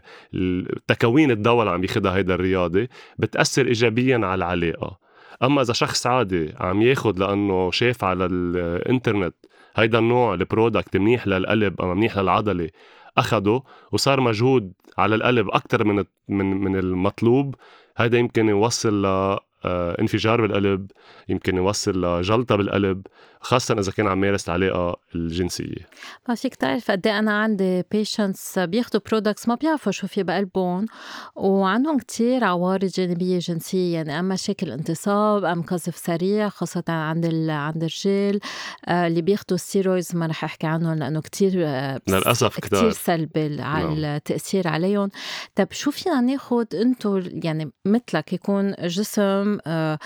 التكوين الدواء اللي عم ياخدها هيدا الرياضي، بتأثر إيجابيا على العلاقة. أما إذا شخص عادي عم ياخد لأنه شاف على الإنترنت هيدا النوع البرودكت منيح للقلب أو منيح للعضلة، أخده وصار مجهود على القلب أكتر من المطلوب، هيدا يمكن يوصل انفجار بالقلب، يمكن يوصل لجلطة بالقلب، خاصة إذا كان عم يمارس العلاقة الجنسية. ما فيك تعرف قد ايه انا عندي patients بياخدوا برودكتس ما بيعرفوا شو في بقلبهم، وعندهم كتير عوارض جانبية جنسية، يعني أما مشاكل انتصاب أم قذف سريع، خاصة عند الرجال اللي بياخدوا الستيرويدز. ما رح أحكي عنهم لأنه كتير للأسف كتير سلبي على التأثير عليهم. طب شو فينا ناخد انتو يعني مثلك يكون جسم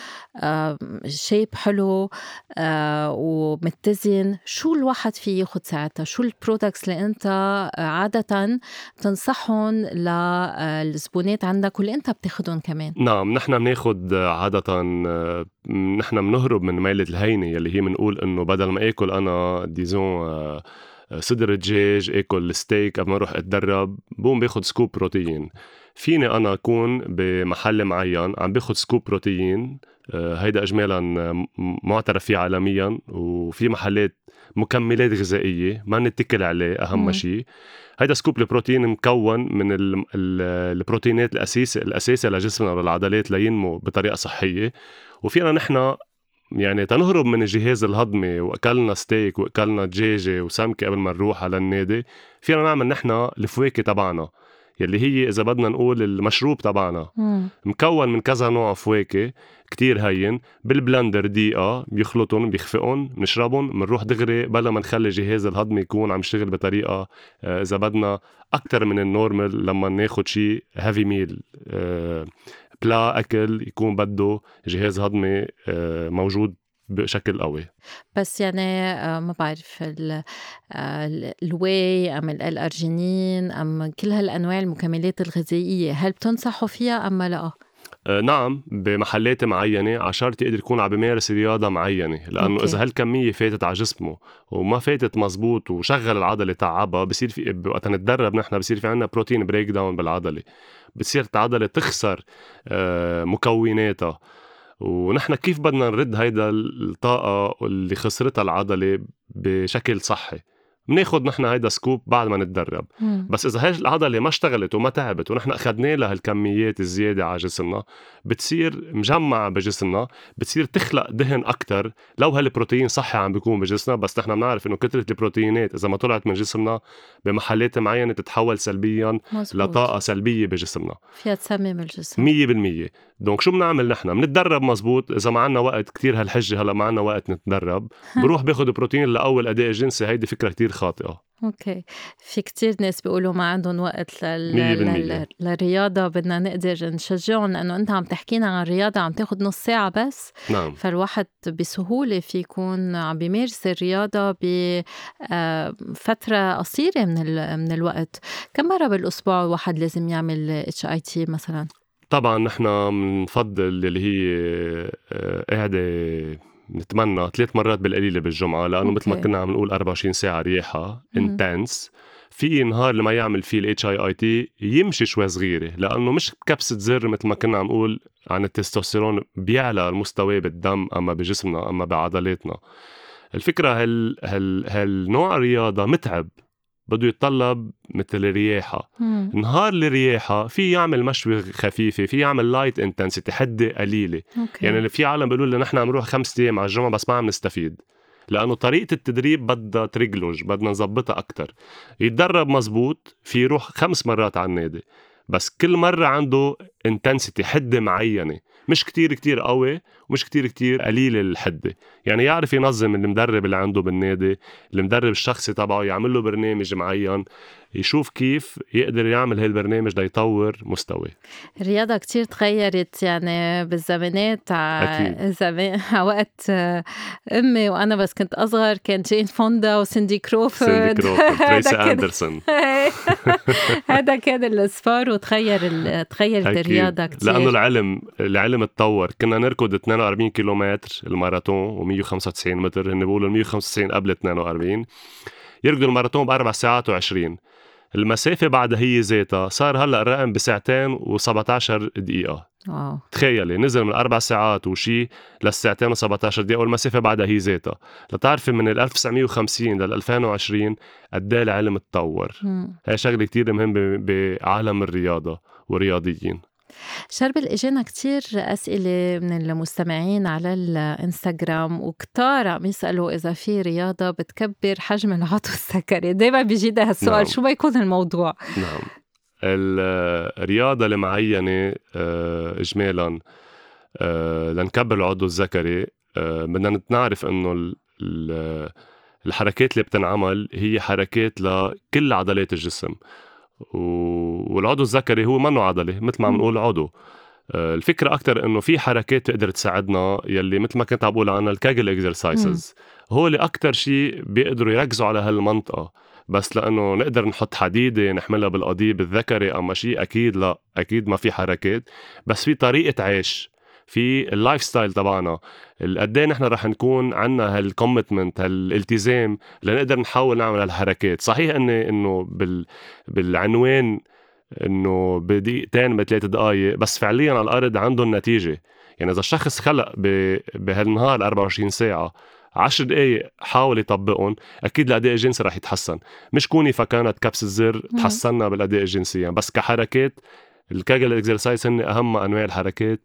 شيب حلو ومتزن، شو الواحد فيه ياخد ساعتها؟ شو البرودكتس اللي انت عادة تنصحهم للزبونات عندك واللي انت بتاخدهم كمان؟ نعم، نحن بناخد عادة، نحن بنهرب من ميلة الهينة يلي هي منقول انه بدل ما اكل انا ديزون صدر الدجاج، اكل الستيك قبل ما اروح اتدرب، بقوم باخد سكوب بروتين. فيني انا اكون بمحل معين عم باخد سكوب بروتين، هيدا اجمالا معترف فيه عالميا، وفي محلات مكملات غذائية ما نتكل عليه أهم شيء. هيدا سكوب البروتين مكون من البروتينات الأساسية لجسمنا وللعضلات لينمو بطريقة صحية. وفينا نحن يعني تنهرب من الجهاز الهضمي وأكلنا ستيك وأكلنا دجاجة وسمكة قبل ما نروح على النادي، فينا نعمل نحن الفواكه تبعنا يلي هي إذا بدنا نقول المشروب تبعنا، مكون من كذا نوع فواكه كتير هين، بالبلندر دقيقة بيخلطون بيخفقون بنشربون، منروح دغري بلا ما نخلي جهاز الهضم يكون عم يشتغل بطريقة إذا بدنا أكتر من النورمال. لما ناخد شي هيفي ميل بلا أكل يكون بده جهاز هضمي موجود بشكل قوي. بس يعني ما بعرف الواي أم الأرجينين أم كل هالأنواع المكملات الغذائية، هل بتنصحوا فيها أم لا؟ نعم، بمحلات معينة عشان يقدر يكون عم بيمارس رياضة معينة، لأنه إذا هالكمية فاتت على جسمه وما فاتت مزبوط وشغل العضلة تعبها، بصير في وقت نتدرب نحن بصير في عنا بروتين بريك داون بالعضلة، بتصير العضلة تخسر مكوناتها. ونحن كيف بدنا نرد هيدا الطاقة اللي خسرتها العضلة بشكل صحي؟ مناخد نحن هيدا سكوب بعد ما نتدرب. بس إذا هاي العضلة ما اشتغلت وما تعبت ونحن أخدنا لها الكميات الزيادة على جسمنا، بتصير مجمعة بجسمنا، بتصير تخلق دهن أكتر. لو هالبروتين صحي عم بيكون بجسمنا، بس نحن بنعرف إنه كترة البروتينات إذا ما طلعت من جسمنا بمحلات معينة تتحول سلبيا لطاقة سلبية بجسمنا، فيها تسمم الجسم 100%. دونك شو بنعمل نحن؟ بنتدرب مزبوط، إذا ما عنا وقت كتير هالحجة هلأ ما عنا وقت نتدرب، بروح باخد بروتين لأول أداء الجنسي. هيدي فكرة كتير خاطئة. اوكي، في كتير ناس بيقولوا ما عندهم وقت للرياضة، بدنا نقدر نشجعهم، لأنه أنت عم تحكينا عن رياضة عم تاخد نص ساعة بس. نعم. فالواحد بسهولة في يكون عم بيمارس الرياضة بفترة قصيرة من الوقت. كم مرة بالأسبوع الواحد لازم يعمل HIT مثلا؟ طبعا نحن بنفضل اللي هي قاعدة نتمنى 3 مرات بالقليلة بالجمعة، لأنه مثل ما أوكي. كنا عم نقول 24 ساعة رياحة مم. intense. في نهار لما يعمل فيه ال HIIT يمشي شوي صغيرة، لأنه مش بكبسة زر مثل ما كنا عم نقول عن التستوستيرون بيعلى المستوى بالدم أما بجسمنا أما بعضلاتنا. الفكرة هالنوع رياضة متعب، بده يتطلب مثل الرياحة. مم. نهار الرياحة في يعمل مشوي خفيفة، في يعمل لايت انتنسيتي، حدة قليلة. أوكي. يعني في عالم بيقولوا لنا نحن عم نروح 5 أيام على الجمعة بس ما عم نستفيد، لأنه طريقة التدريب بدها تريجلوج، بدنا نظبطها أكتر. يتدرب مزبوط في يروح 5 مرات على النادي، بس كل مرة عنده انتنسيتي، حدة معينة، مش كتير قوي ومش كتير قليلة الحدة. يعني يعرف ينظم المدرب اللي عنده بالنادي، المدرب الشخصي تبعه يعمل له برنامج معين، يشوف كيف يقدر يعمل هالبرنامج ليطور مستوى. الرياضة كتير تغيرت يعني بالزمانات. أكيد. زمان وقت أمي وأنا بس كنت أصغر كان جين فوندا وسيندي سيندي كروفورد. كروفورد، تريسي هذا كان أندرسون. هذا كان الصفار، تغيرت أكيد، الرياضة لأنه كتير. العلم اتطور. كنا نركض 42 كيلومتر الماراثون و195 متر، هن بيقولوا 195 قبل 42. يركضوا الماراثون ب4 ساعات و20. المسافة بعدها هي ذاتها صار هلأ الرقم بساعتين و17 دقيقة. واو. تخيلي نزل من 4 ساعات وشي للساعتين و17 دقيقة، والمسافة بعدها هي ذاتها. لتعرفي من 1950 لل 2020 قد ايه العلم اتطور. مم. هاي شغلة كتير مهم بعالم الرياضة والرياضيين. شربل، اجينا كتير أسئلة من المستمعين على الانستغرام، وكتار عم يسألوا إذا في رياضة بتكبر حجم العضو الذكري. دايما بيجي ده السؤال، نعم. شو ما يكون الموضوع. نعم، الرياضة المعينة إجمالا لنكبر العضو الذكري بدنا نعرف إنه الحركات اللي بتنعمل هي حركات لكل عضلات الجسم، والعضو الذكري هو منه عضلة مثل ما عم نقول عضو. الفكرة أكتر إنه في حركات تقدر تساعدنا، يلي مثل ما كنت عم بقول عنها الكاجل إكسرسايزز، هو اللي أكتر شيء بيقدروا يركزوا على هالمنطقة. بس لأنه نقدر نحط حديدة نحملها بالقضيب الذكري أما شيء، أكيد لا، أكيد ما في حركات. بس في طريقة عيش، في اللايف ستايل تبعنا، قديه نحن رح نكون عنا هالكوميتمنت، هالالتزام لنقدر نحاول نعمل هالحركات. صحيح إنه بالعنوان انه بدقيقتين ب3 دقايق، بس فعليا على الارض عندهم نتيجه. يعني اذا الشخص خلق بهالنهار 24 ساعه 10 دقايق حاول يطبقهم، اكيد الاداء الجنسي رح يتحسن. مش كوني فكانت كبس الزر تحسننا بالاداء الجنسي، بس كحركات الكاجل اكسرسايز هن اهم انواع الحركات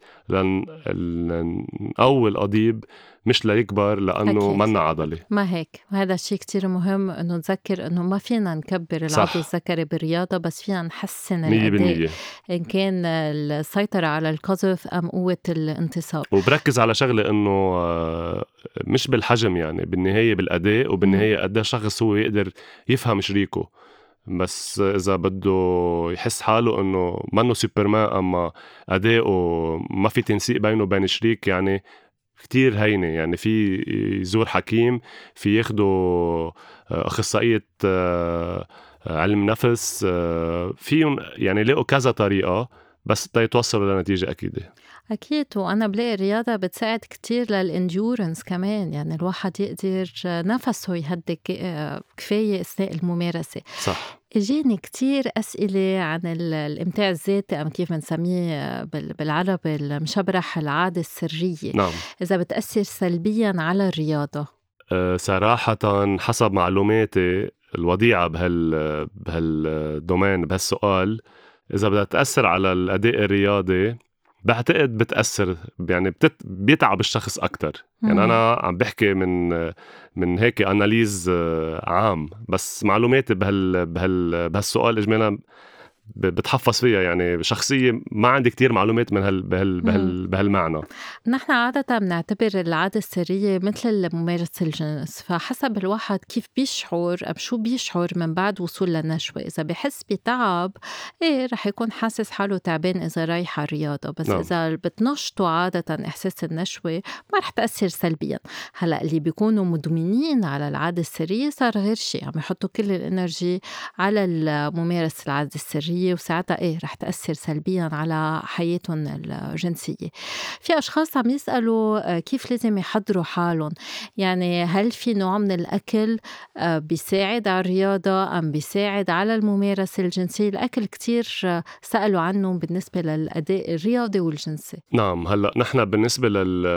لنقوي القضيب، مش ليكبر لانه أكيد. منا عضله. ما هيك، وهذا الشيء كتير مهم إنه نذكر إنه ما فينا نكبر العضو صح. الذكري بالرياضة، بس فينا نحسن الأداء 100%. إن كان السيطرة على القذف أم قوة الانتصاب. وبركز على شغلة إنه مش بالحجم، يعني بالنهاية بالأداء، وبالنهاية قد شخص هو يقدر يفهم شريكه. بس إذا بده يحس حاله إنه منه سوبرمان أما أداؤه ما في تنسيق بينه وبين شريك، يعني كتير هينة. يعني في يزور حكيم، في ياخده أخصائية علم نفس، فيهم يعني لاقوا كذا طريقة بس يتوصلوا لنتيجة أكيدة. أكيد. وأنا بلاقي الرياضة بتساعد كتير للإنديورنس كمان، يعني الواحد يقدر نفسه يهدي كفاية أثناء الممارسة. صح. إجاني كتير أسئلة عن الإمتاع الذاتي، أم كيف بنسميه بالعربي المشبرح، العادة السرية. نعم. إذا بتأثر سلبيا على الرياضة. صراحة حسب معلوماتي الوضيعة بهالدومين بهالسؤال، إذا بدها تأثر على الأداء الرياضي بعتقد بتأثر، يعني بيتعب الشخص أكتر. يعني أنا عم بحكي من هيك أناليز عام، بس معلوماتي بهالسؤال إجمالا بتحفظ فيها. يعني شخصية ما عندي كتير معلومات من بهالمعنى. نحن عادة بنعتبر العادة السرية مثل ممارسة الجنس، فحسب الواحد كيف بيشعر أم شو بيشعر من بعد وصول للنشوة. إذا بحس بتعب، رح يكون حاسس حاله تعبان إذا رايح على الرياضة. بس نعم. إذا بتنشطه عادة إحساس النشوة ما رح تأثر سلبيا. هلأ اللي بيكونوا مدمنين على العادة السرية صار غير شيء، عم يحطوا كل الانرجي على ممارسة العادة السرية، الذكورية، وساعتها رح تأثر سلبيا على حياتهم الجنسية. في أشخاص عم يسألوا كيف لازم يحضروا حالهم، يعني هل في نوع من الأكل بيساعد على الرياضة أم بيساعد على الممارسة الجنسية؟ الأكل كتير سألوا عنه بالنسبة للأداء الرياضي والجنسي. نعم، هلأ نحن بالنسبة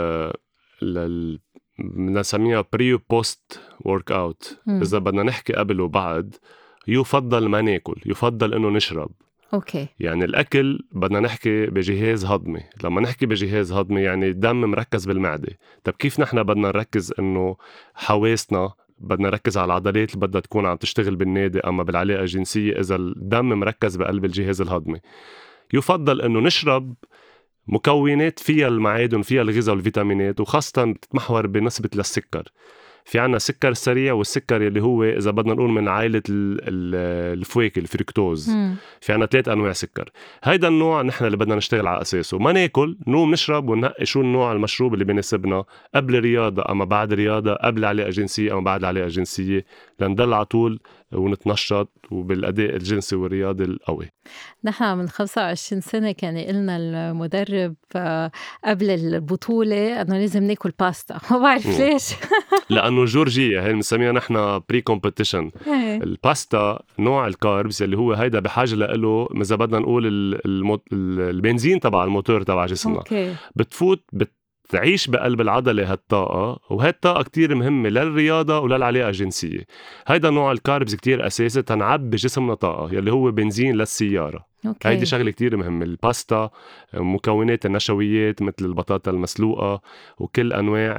لل بدنا نسميها بري وبوست ورك اوت. إذا بدنا نحكي قبل وبعد، يفضل ما ناكل، يفضل إنه نشرب. أوكي. يعني الأكل بدنا نحكي بجهاز هضمي. لما نحكي بجهاز هضمي يعني الدم مركز بالمعدة. طب كيف نحن بدنا نركز إنه حواسنا بدنا نركز على العضلات اللي بدها تكون عم تشتغل بالنادي أما بالعلاقة الجنسية إذا الدم مركز بقلب الجهاز الهضمي؟ يفضل إنه نشرب مكونات فيها المعادن، فيها الغذاء والفيتامينات، وخاصة بتتمحور بنسبة للسكر. في عنا السكر السريع والسكر اللي هو إذا بدنا نقول من عائلة الفواكه الفركتوز. في عنا 3 أنواع سكر. هيدا النوع نحن اللي بدنا نشتغل على أساسه. ما ناكل، نوم نشرب وننقي شو النوع المشروب اللي بيناسبنا قبل رياضة أما بعد رياضة، قبل علاقة جنسية أما بعد علاقة جنسية، لندل على طول ونتنشط وبالأداء الجنسي والرياضي القوي. نحن من 25 سنة كان لنا المدرب قبل البطولة أنه لازم ناكل باستا. ما بعرف ليش. لأنه جورجية هي بنسميها نحن بري كومبيتيشن. الباستا نوع الكاربز اللي هو هيدا بحاجة له إذا بدنا نقول البنزين تبع الموتور تبع جسمنا. بتفوت تعيش بقلب العضلة هالطاقة، وهالطاقة كتير مهمة للرياضة وللعلاقة الجنسية. هيدا نوع الكاربز كتير أساسي تنعب بجسمنا طاقة يلي هو بنزين للسيارة. هيدي شغلة كتير مهمة. الباستا مكونات النشويات مثل البطاطا المسلوقة وكل أنواع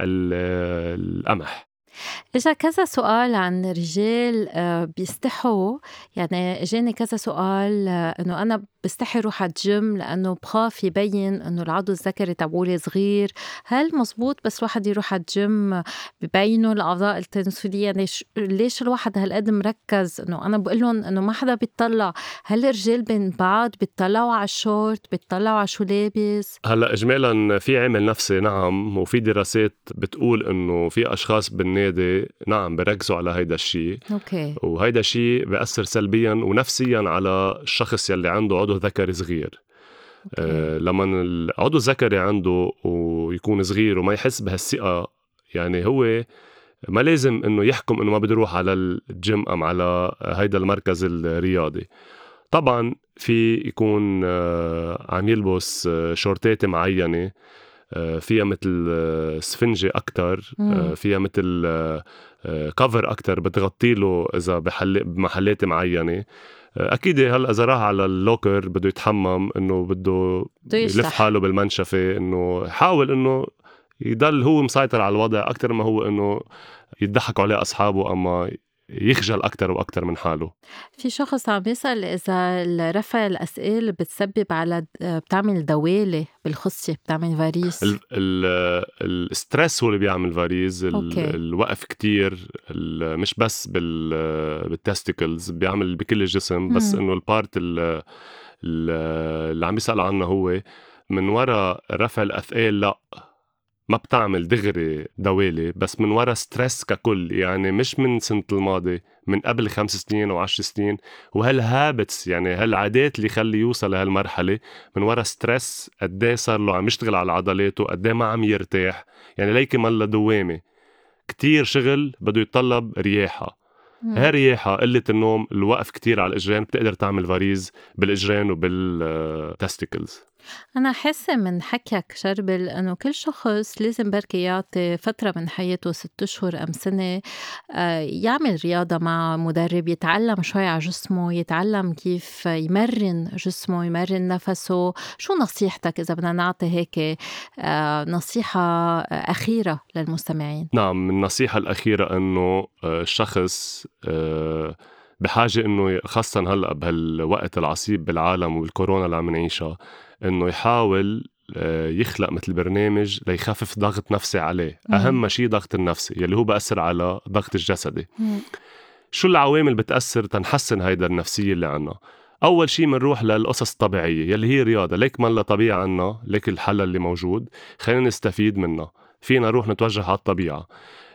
القمح. إجا كذا سؤال عن رجال بيستحوا، يعني إجاني كذا سؤال إنه أنا بستحي روح على الجيم لأنه بخاف يبين إنه العضو الذكري تبعولي صغير. هل مزبوط بس واحد يروح على الجيم ببينوا الأعضاء التناسلية؟ ليش الواحد هالقد مركز إنه أنا بقولهم إنه ما حدا بيطلع؟ هل الرجال بين بعض بيطلعوا على الشورت، بيطلعوا على شو لابس؟ هلأ إجمالا في عامل نفسي نعم، وفي دراسات بتقول إنه في أشخاص بالنادي نعم بركزوا على هيدا الشيء. وهيدا الشيء بيأثر سلبيا ونفسيا على الشخص يلي عنده عضو ذكري صغير. لما العضو الذكري عنده ويكون صغير وما يحس بهالثقة، يعني هو ما لازم إنه يحكم إنه ما بده يروح على الجيم أم على هيدا المركز الرياضي. طبعا في يكون عم يلبس شورتات معينة فيها مثل سفنجة أكتر، فيها مثل كفر أكتر بتغطي له إذا بمحلات معينة. أكيد هلأ إذا راح على اللوكر بده يتحمم إنه بده يلف حاله بالمنشفة، إنه يحاول إنه يضل هو مسيطر على الوضع أكتر ما هو إنه يضحك عليه أصحابه أما يخجل أكتر وأكتر من حاله. في شخص عم يسأل إذا رفع الأسئلة بتسبب على بتعمل دوالة بالخصية، بتعمل فاريز. الستريس هو اللي بيعمل فاريز. الوقف كتير مش بس بالتستيكلز، بيعمل بكل الجسم. بس إنه البارت اللي عم يسأل عنه هو من وراء رفع الأثقال لا ما بتعمل دغري دوالة، بس من وراء ستريس ككل. يعني مش من سنة الماضي، من قبل 5 سنين و10 سنين. وهالهابتس يعني هالعادات اللي خلي يوصل لهالمرحلة من وراء ستريس. قديه صار له عم يشتغل على عضلاته، قديه ما عم يرتاح. يعني ليكي مالله دوامة كتير شغل بده يتطلب رياحة. هالرياحة، قلة النوم، الوقف كتير على الإجرين بتقدر تعمل فاريز بالإجرين وبالتستيكلز. أنا حاسة من حكيك شربل أنه كل شخص لازم بركي يعطي فترة من حياته 6 أشهر أم سنة يعمل رياضة مع مدرب، يتعلم شوي على جسمه، يتعلم كيف يمرن جسمه، يمرن نفسه. شو نصيحتك إذا بدنا نعطي هيك نصيحة أخيرة للمستمعين؟ نعم، النصيحة الأخيرة أنه الشخص بحاجة أنه خاصة هلأ بهالوقت العصيب بالعالم والكورونا اللي عم نعيشها، أنه يحاول يخلق مثل برنامج ليخفف ضغط نفسي عليه. أهم شيء ضغط النفسي يلي هو بأثر على ضغط الجسدي. شو العوامل بتأثر تنحسن هيدا النفسية اللي عنا؟ أول شيء منروح للقصص الطبيعية يلي هي رياضة. ليك ما لا طبيعة عنا، ليك الحل اللي موجود، خلينا نستفيد منها. فينا نروح نتوجه على الطبيعة.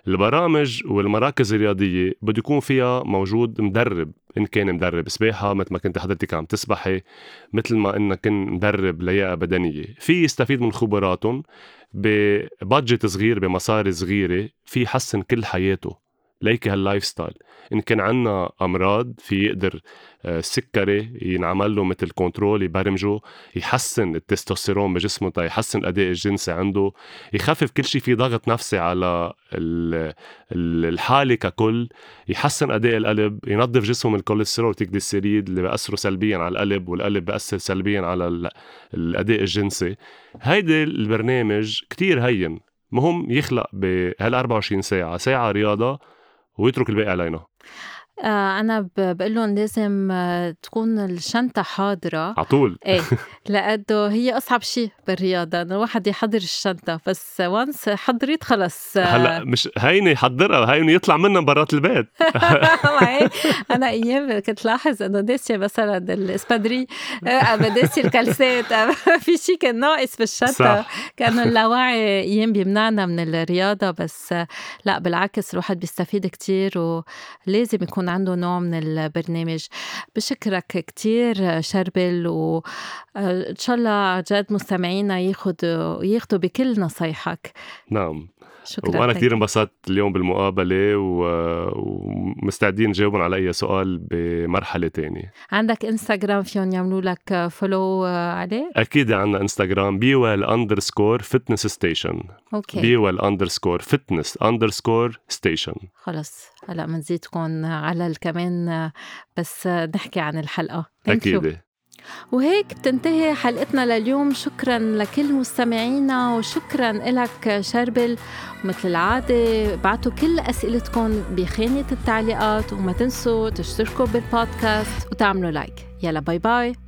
البرامج والمراكز الرياضية بده يكون فيها موجود مدرب، إن كان مدرب سباحة مثل ما كنت حضرتك عم تسبحي، مثل ما إنك كن مدرب لياقة بدنية، في يستفيد من خبراتهم ببادجت صغير، بمصاري صغيرة، في يحسن كل حياته. ليك هاللايف ستايل. إن كان عنا أمراض في يقدر سكري ينعمل له مثل كنترول، يبرمجه، يحسن التستوستيرون بجسمه، يحسن الأداء الجنسي عنده، يخفف كل شيء في ضغط نفسي على الحالة ككل، يحسن أداء القلب، ينظف جسمه من الكوليسترول والتريغليسيريد اللي بأثروا سلبيا على القلب، والقلب بأثر سلبيا على الأداء الجنسي. هيدا البرنامج كتير هين، مهم يخلق بهال 24 ساعة رياضة ويترك الباقي علينا. أنا بقول لهم لازم تكون الشنطة حاضرة عطول. إيه، لأنه هي أصعب شيء بالرياضة إنه الواحد يحضر الشنطة، بس وانس حضرت خلص. هلا مش هيني يحضرها، هيني يطلع منها برات البيت. أنا أيام كنت لاحظ إنه داسية مثلا الإسبادري، داسية الكالسات، في شيء كان ناقص بالشنطة. كأنه اللاوعي أيام بيمنعنا من الرياضة، بس لا بالعكس الواحد بيستفيد كتير، ولازم يكون عنده نوع من البرنامج. بشكرك كتير شربل، وإن شاء الله جد مستمعينا ياخدوا بكل نصايحك. نعم، شكرا. وأنا كتير انبسطت اليوم بالمقابلة، ومستعدين نجاوبون على أي سؤال بمرحلة تانية. عندك إنستغرام فيهم يعملوا لك فولو عليه؟ أكيد عندنا إنستغرام BWell_fitness_station. BWell_fitness_station. خلص هلأ منزيدكم على كمان، بس نحكي عن الحلقة. أكيد. وهيك بتنتهي حلقتنا لليوم. شكرا لكل مستمعينا، وشكرا لك شربل. مثل العادة بعتوا كل أسئلتكم بخانة التعليقات، وما تنسوا تشتركوا بالبودكاست وتعملوا لايك. يلا باي باي.